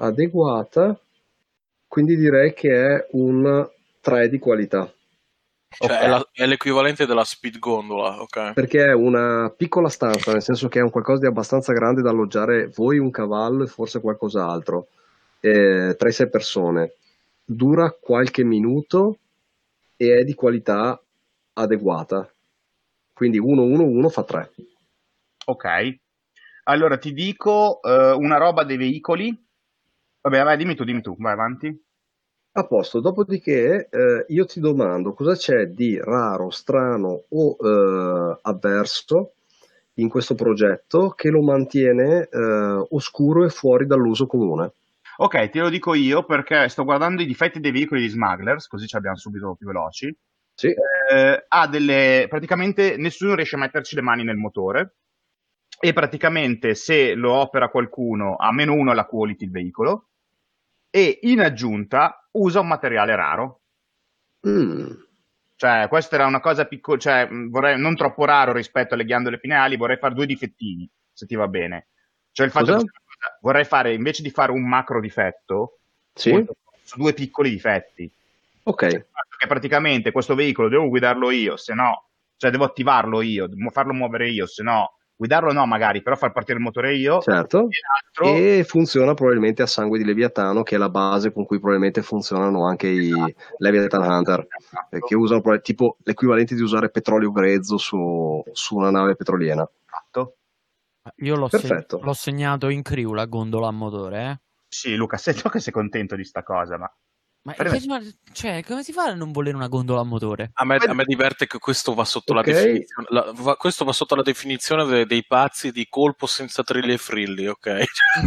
adeguata, quindi direi che è un 3 di qualità. Cioè Ok. è l'equivalente della speed gondola, ok? Perché è una piccola stanza, nel senso che è un qualcosa di abbastanza grande da alloggiare voi, un cavallo e forse qualcos'altro, 3-6 persone. Dura qualche minuto e è di qualità adeguata. Quindi 1-1-1 fa 3. Ok. Allora ti dico una roba dei veicoli. Vabbè, vai, dimmi tu, vai avanti. A posto, dopodiché io ti domando cosa c'è di raro, strano o avverso in questo progetto che lo mantiene oscuro e fuori dall'uso comune. Ok, te lo dico io perché sto guardando i difetti dei veicoli di Smugglers, così ci abbiamo subito più veloci. Sì, Ha delle... praticamente nessuno riesce a metterci le mani nel motore e praticamente se lo opera qualcuno ha -1 la quality il veicolo e in aggiunta usa un materiale raro. Mm. Cioè, questa era una cosa piccola, cioè, vorrei non troppo raro rispetto alle ghiandole pineali, vorrei fare 2 difettini, se ti va bene. Cioè, il fatto Cosa? che vorrei fare, invece di fare un macro difetto, Sì, su 2 piccoli difetti. ok, Cioè, il fatto che praticamente questo veicolo devo guidarlo io, se no, cioè devo attivarlo io, devo farlo muovere io, se no, guidarlo no magari, però far partire il motore io, certo. e l'altro, E funziona probabilmente a sangue di Leviatano, che è la base con cui probabilmente funzionano anche i Leviathan Hunter, che usano tipo l'equivalente di usare petrolio grezzo su una nave petroliera. esatto. Io Perfetto. l'ho segnato in crew la gondola a motore, eh. Sì, Luca, sento che sei contento di sta cosa, ma... Ma cioè, come si fa a non volere una gondola a motore? A me diverte che questo va sotto la Ok. definizione, questo va sotto la definizione dei pazzi di colpo senza trilli e frilli, ok?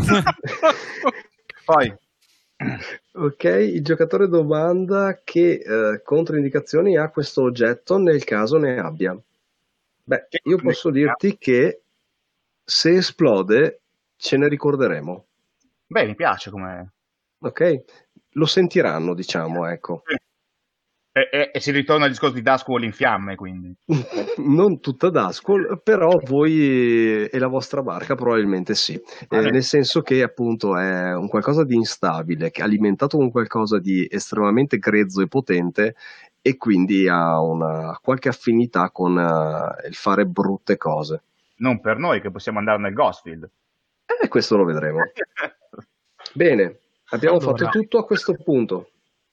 Poi, Ok, il giocatore domanda che controindicazioni ha questo oggetto nel caso ne abbia. Beh, che io posso dirti che se esplode ce ne ricorderemo, beh, mi piace come... ok? Lo sentiranno, diciamo, ecco. E si ritorna al discorso di Duskwall in fiamme, quindi. Non tutta Duskwall, però voi e la vostra barca probabilmente sì, nel senso che appunto è un qualcosa di instabile, che è alimentato con qualcosa di estremamente grezzo e potente e quindi ha una qualche affinità con il fare brutte cose. Non per noi che possiamo andare nel Ghostfield. E questo lo vedremo. Bene, abbiamo Allora, fatto tutto a questo punto.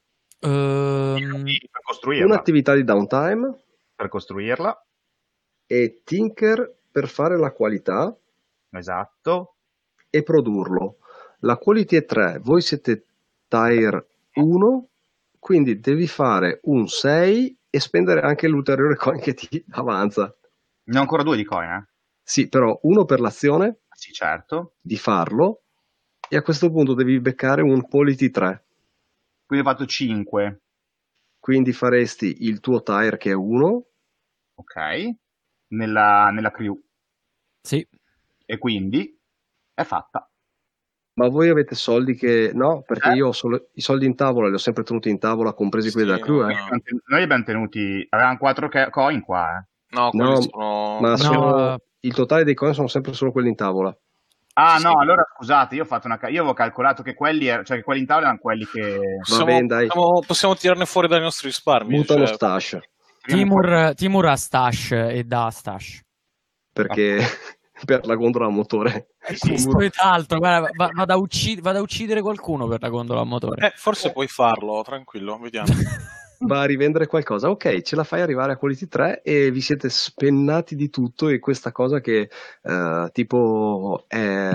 Per costruirla. Un'attività di downtime Per costruirla, e Tinker per fare la qualità esatto. e produrlo. La quality è 3, voi siete tier 1, quindi devi fare un 6 e spendere anche l'ulteriore coin che ti avanza. Ne ho ancora 2 di coin, eh? Sì, però uno per l'azione Sì, certo. di farlo e a questo punto devi beccare un quality 3. Quindi ho fatto 5. Quindi faresti il tuo tier che è 1. Ok. Nella crew. sì. E quindi è fatta. Ma voi avete soldi che... No, perché Eh? io ho solo i soldi in tavola, li ho sempre tenuti in tavola, compresi quelli Sì, della crew, no. Noi abbiamo tenuti... Avevamo 4 coin qua, eh. No, quelli No, sono... ma No, il totale dei coin sono sempre solo quelli in tavola. Ah, Sì, no, sì. allora scusate, io avevo calcolato che quelli, cioè che quelli in tavola erano quelli che... Va bene, dai, Possiamo tirarne fuori dai nostri risparmi. butta uno Cioè, stash, Timur ha stash e dà stash. perché per la gondola a motore. Questo è altro, guarda, vado a uccidere qualcuno per la gondola a motore. forse puoi farlo, tranquillo, vediamo. Va a rivendere qualcosa. Ok, ce la fai arrivare a quality 3 e vi siete spennati di tutto e questa cosa che tipo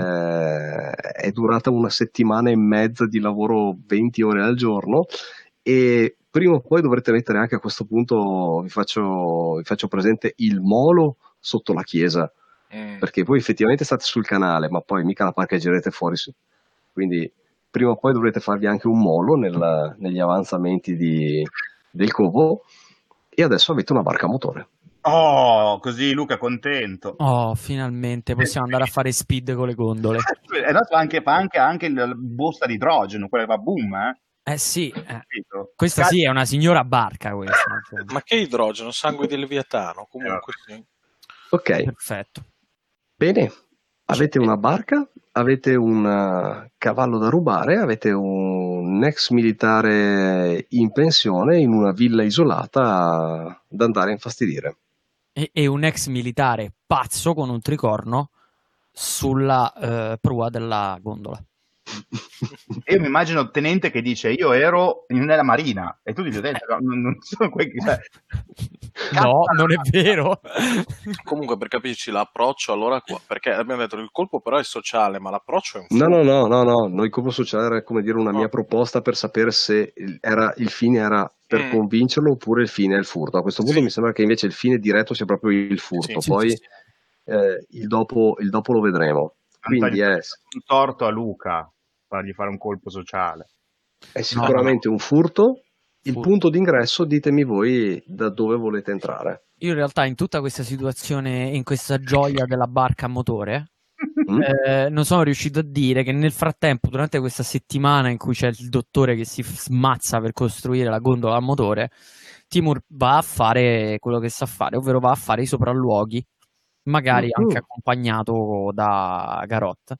è durata 1 settimana e mezza di lavoro 20 ore al giorno e prima o poi dovrete mettere anche a questo punto, vi faccio presente il molo sotto la chiesa, perché voi effettivamente state sul canale, ma poi mica la parcheggerete fuori. Quindi prima o poi dovrete farvi anche un molo negli avanzamenti del covo e adesso avete una barca a motore. Oh, così Luca è contento. Oh, finalmente possiamo andare a fare speed con le gondole. Esatto, anche il busta di idrogeno, quella che va boom, eh? Sì, Capito? questa sì è una signora barca questa. Ma che idrogeno? Sangue di Leviatano, comunque sì. Ok, Perfetto. bene, avete una barca, avete un cavallo da rubare, avete un ex militare in pensione in una villa isolata da andare a infastidire. E un ex militare pazzo con un tricorno sulla prua della gondola. Io mi immagino il tenente che dice io ero nella marina e tu dici non sono quei cioè, no, non è vero. Comunque, per capirci l'approccio, allora perché abbiamo detto che il colpo però è sociale, ma l'approccio è un furto. No, il colpo sociale era come dire una mia proposta per sapere se il fine era per convincerlo oppure il fine è il furto. A questo punto mi sembra che invece il fine diretto sia proprio il furto, poi il dopo lo vedremo. Quindi è un torto a Luca fargli fare un colpo sociale. È sicuramente un furto. Il punto d'ingresso, ditemi voi da dove volete entrare. Io in realtà in tutta questa situazione, in questa gioia della barca a motore, non sono riuscito a dire che nel frattempo, durante questa settimana in cui c'è il dottore che si smazza per costruire la gondola a motore, Timur va a fare quello che sa fare, ovvero va a fare i sopralluoghi, magari anche accompagnato da Garot.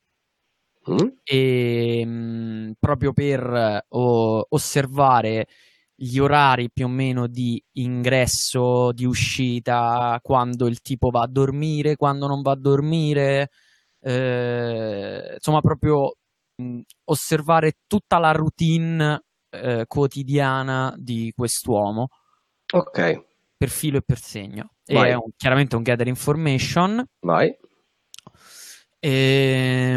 E proprio per osservare gli orari più o meno di ingresso, di uscita, quando il tipo va a dormire, quando non va a dormire, insomma proprio osservare tutta la routine quotidiana di quest'uomo. Ok. Per filo e per segno. Vai. E è chiaramente un gather information. Vai. E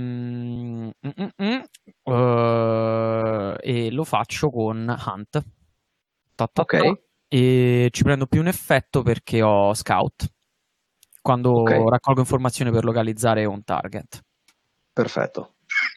lo faccio con Hunt. Ok. E ci prendo più un effetto perché ho Scout quando raccolgo informazioni per localizzare un target. Perfetto.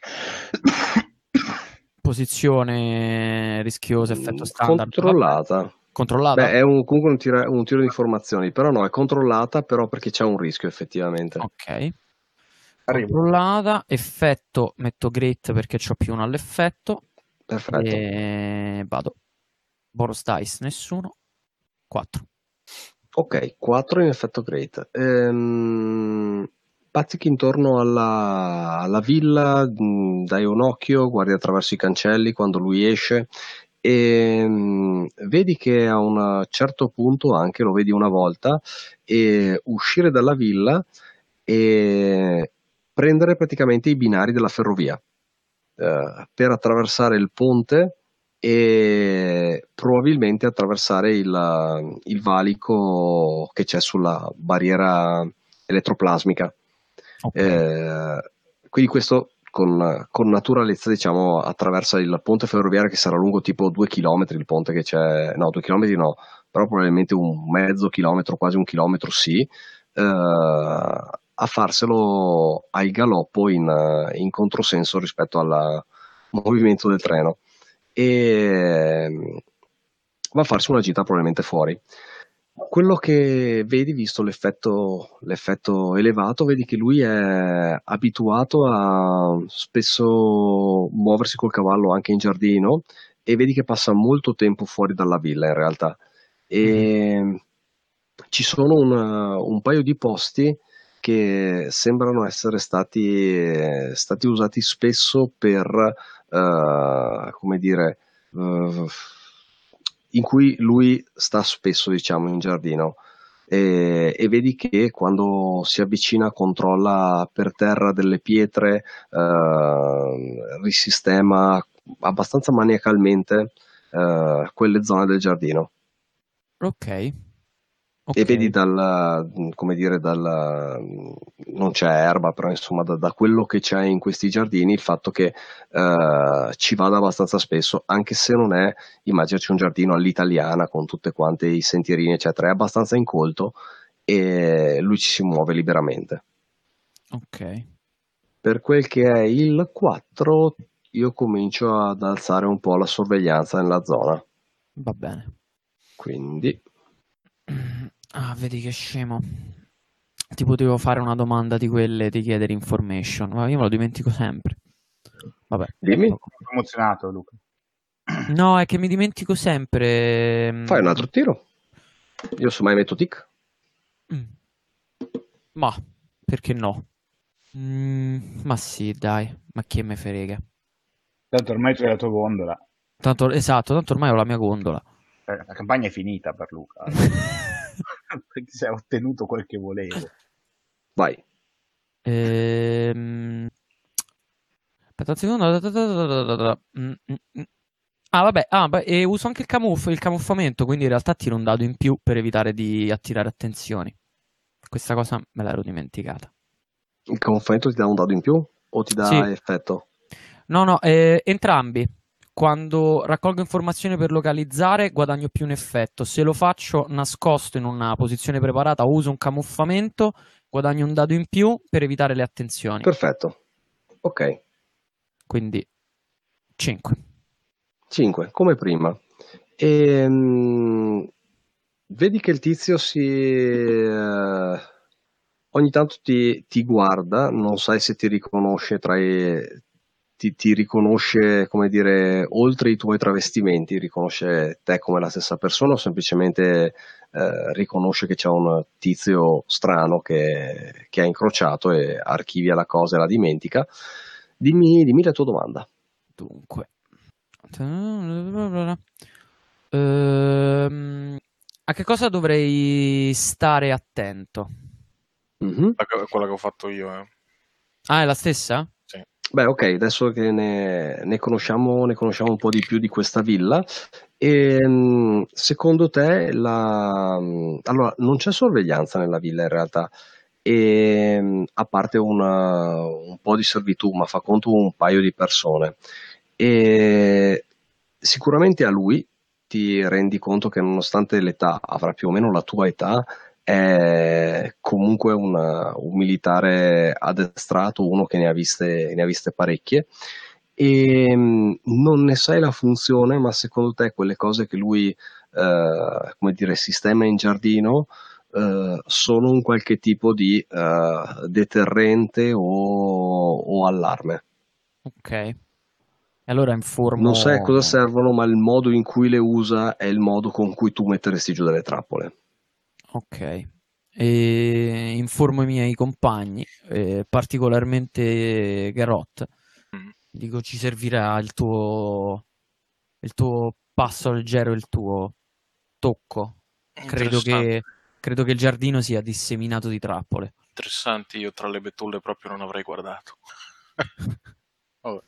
Posizione rischiosa, effetto standard. Controllata. Beh, è comunque un tiro di informazioni, però no, è controllata, però perché c'è un rischio effettivamente. Ok. Controllata, effetto, metto great perché c'ho più uno all'effetto. Perfetto. E vado. Bonus dice, nessuno. 4. Ok, 4 in effetto great. Bazzichi intorno alla villa, dai un occhio, guardi attraverso i cancelli quando lui esce e vedi che a un certo punto, anche lo vedi una volta, uscire dalla villa e prendere praticamente i binari della ferrovia per attraversare il ponte e probabilmente attraversare il valico che c'è sulla barriera elettroplasmica. Quindi questo con naturalezza, diciamo, attraversa il ponte ferroviario che sarà lungo tipo 2 chilometri, il ponte che c'è, no, 2 chilometri no, però probabilmente un mezzo chilometro, quasi un chilometro sì, a farselo al galoppo in controsenso rispetto al movimento del treno e va a farsi una gita probabilmente fuori. Quello che vedi, visto l'effetto elevato, vedi che lui è abituato a spesso muoversi col cavallo anche in giardino e vedi che passa molto tempo fuori dalla villa in realtà. E ci sono un paio di posti che sembrano essere stati usati spesso per, come dire, in cui lui sta spesso, diciamo, in giardino e vedi che quando si avvicina controlla per terra delle pietre, risistema abbastanza maniacalmente quelle zone del giardino. Ok. E vedi come dire, non c'è erba, però insomma da quello che c'è in questi giardini, il fatto che ci vada abbastanza spesso, anche se non è, immaginaci un giardino all'italiana con tutte quante i sentierini eccetera, è abbastanza incolto e lui ci si muove liberamente. Ok. Per quel che è il 4, io comincio ad alzare un po' la sorveglianza nella zona. Va bene. Quindi... vedi che scemo. Ti potevo fare una domanda di quelle di chiedere information, ma io me lo dimentico sempre. Vabbè. Dimmi. Sono emozionato, Luca. No, è che mi dimentico sempre. Fai un altro tiro. Io su mai metto tic. Ma perché no? Ma sì, dai, ma che me frega. Tanto ormai c'è la tua gondola. Tanto ormai ho la mia gondola. La campagna è finita per Luca. Perché si è ottenuto quel che volevo. Vai. Aspetta un secondo. Vabbè, e uso anche il camuffamento, quindi in realtà tiro un dado in più per evitare di attirare attenzioni. Questa cosa me l'ero dimenticata. Il camuffamento ti dà un dado in più o ti dà Sì. effetto? No, entrambi. Quando raccolgo informazioni per localizzare, guadagno più un effetto. Se lo faccio nascosto in una posizione preparata, uso un camuffamento, guadagno un dado in più per evitare le attenzioni. Perfetto. Ok. Quindi 5. 5, come prima. Vedi che il tizio ogni tanto ti guarda, non sai se ti riconosce ti riconosce, come dire, oltre i tuoi travestimenti, riconosce te come la stessa persona o semplicemente riconosce che c'è un tizio strano che ha incrociato e archivia la cosa e la dimentica. Dimmi la tua domanda. Dunque. A che cosa dovrei stare attento? Mm-hmm. Quella che ho fatto io. Ah, è la stessa? Sì. Beh, ok, adesso che ne conosciamo un po' di più di questa villa, secondo te allora, non c'è sorveglianza nella villa in realtà, a parte un po' di servitù, ma fa conto un paio di persone. E sicuramente a lui ti rendi conto che nonostante l'età, avrà più o meno la tua età, è comunque un militare addestrato, uno che ne ha viste parecchie e non ne sai la funzione, ma secondo te quelle cose che lui come dire, sistema in giardino sono un qualche tipo di deterrente o allarme. Ok. E allora informo... Non sai a cosa servono, ma il modo in cui le usa è il modo con cui tu metteresti giù delle trappole. Ok. E informo i miei compagni, particolarmente Garrot. Dico, ci servirà il tuo passo leggero, il tuo tocco. Credo che il giardino sia disseminato di trappole. Interessanti, io tra le betulle proprio non avrei guardato. Vabbè.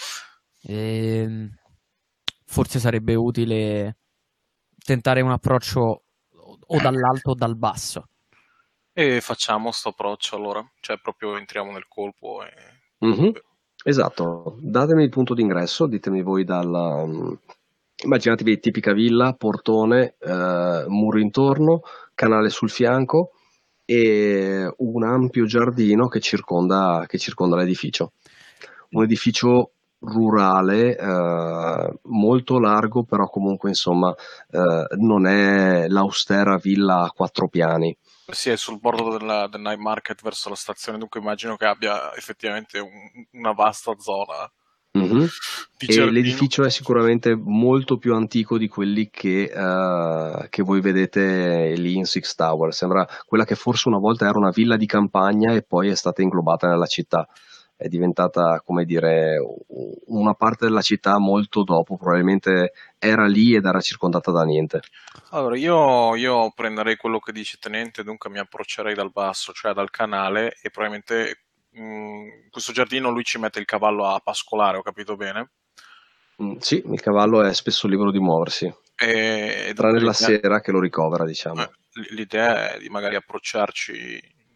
Forse sarebbe utile tentare un approccio o dall'alto o dal basso. E facciamo sto approccio allora, cioè proprio entriamo nel colpo e... Mm-hmm. Esatto, datemi il punto d'ingresso, ditemi voi immaginatevi tipica villa, portone, muro intorno, canale sul fianco e un ampio giardino che circonda l'edificio. Un edificio rurale, molto largo, però comunque insomma non è l'austera villa a 4 piani. Sì, è sul bordo del night market verso la stazione, dunque immagino che abbia effettivamente una vasta zona Mm-hmm. di E giardino. l'edificio è sicuramente molto più antico di quelli che voi vedete lì in Six Tower. Sembra quella che forse una volta era una villa di campagna e poi è stata inglobata nella città. È diventata, come dire, una parte della città molto dopo, probabilmente era lì ed era circondata da niente. Allora, io prenderei quello che dice Tenente, dunque mi approccerei dal basso, cioè dal canale, e probabilmente in questo giardino lui ci mette il cavallo a pascolare, ho capito bene? Sì, il cavallo è spesso libero di muoversi, E tranne dunque la sera che lo ricovera, diciamo. l'idea è di magari approcciarci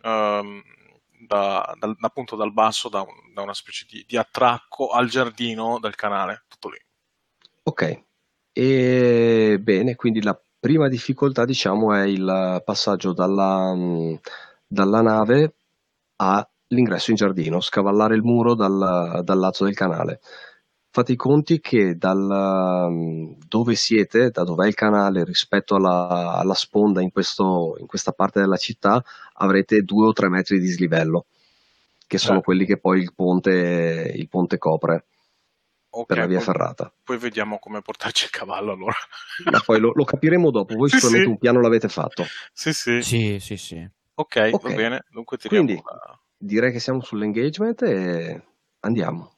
appunto dal basso, da una specie di attracco al giardino del canale, tutto lì. Ok, e bene, quindi la prima difficoltà, diciamo, è il passaggio dalla nave all'ingresso in giardino, scavallare il muro dal lato del canale. Fate i conti che dove siete, da dov'è il canale rispetto alla sponda in questa parte della città, avrete 2 o 3 metri di dislivello, che sono quelli che poi il ponte copre. Okay, per la via ferrata. Poi vediamo come portarci il cavallo allora. Ma poi lo capiremo dopo, voi Sì, sicuramente sì. un piano l'avete fatto. Sì. Sì. Ok, va bene, dunque tiriamo Quindi, direi che siamo sull'engagement e andiamo.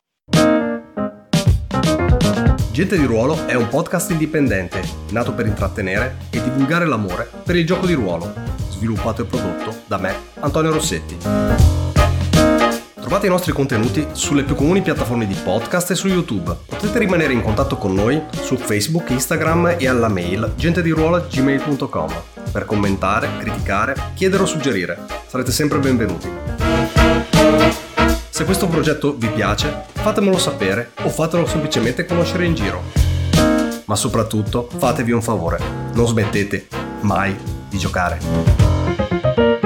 Gente di Ruolo è un podcast indipendente, nato per intrattenere e divulgare l'amore per il gioco di ruolo, sviluppato e prodotto da me, Antonio Rossetti. Trovate i nostri contenuti sulle più comuni piattaforme di podcast e su YouTube. Potete rimanere in contatto con noi su Facebook, Instagram e alla mail gentediruolo@gmail.com per commentare, criticare, chiedere o suggerire. Sarete sempre benvenuti. Se questo progetto vi piace, fatemelo sapere o fatelo semplicemente conoscere in giro. Ma soprattutto, fatevi un favore, non smettete mai di giocare.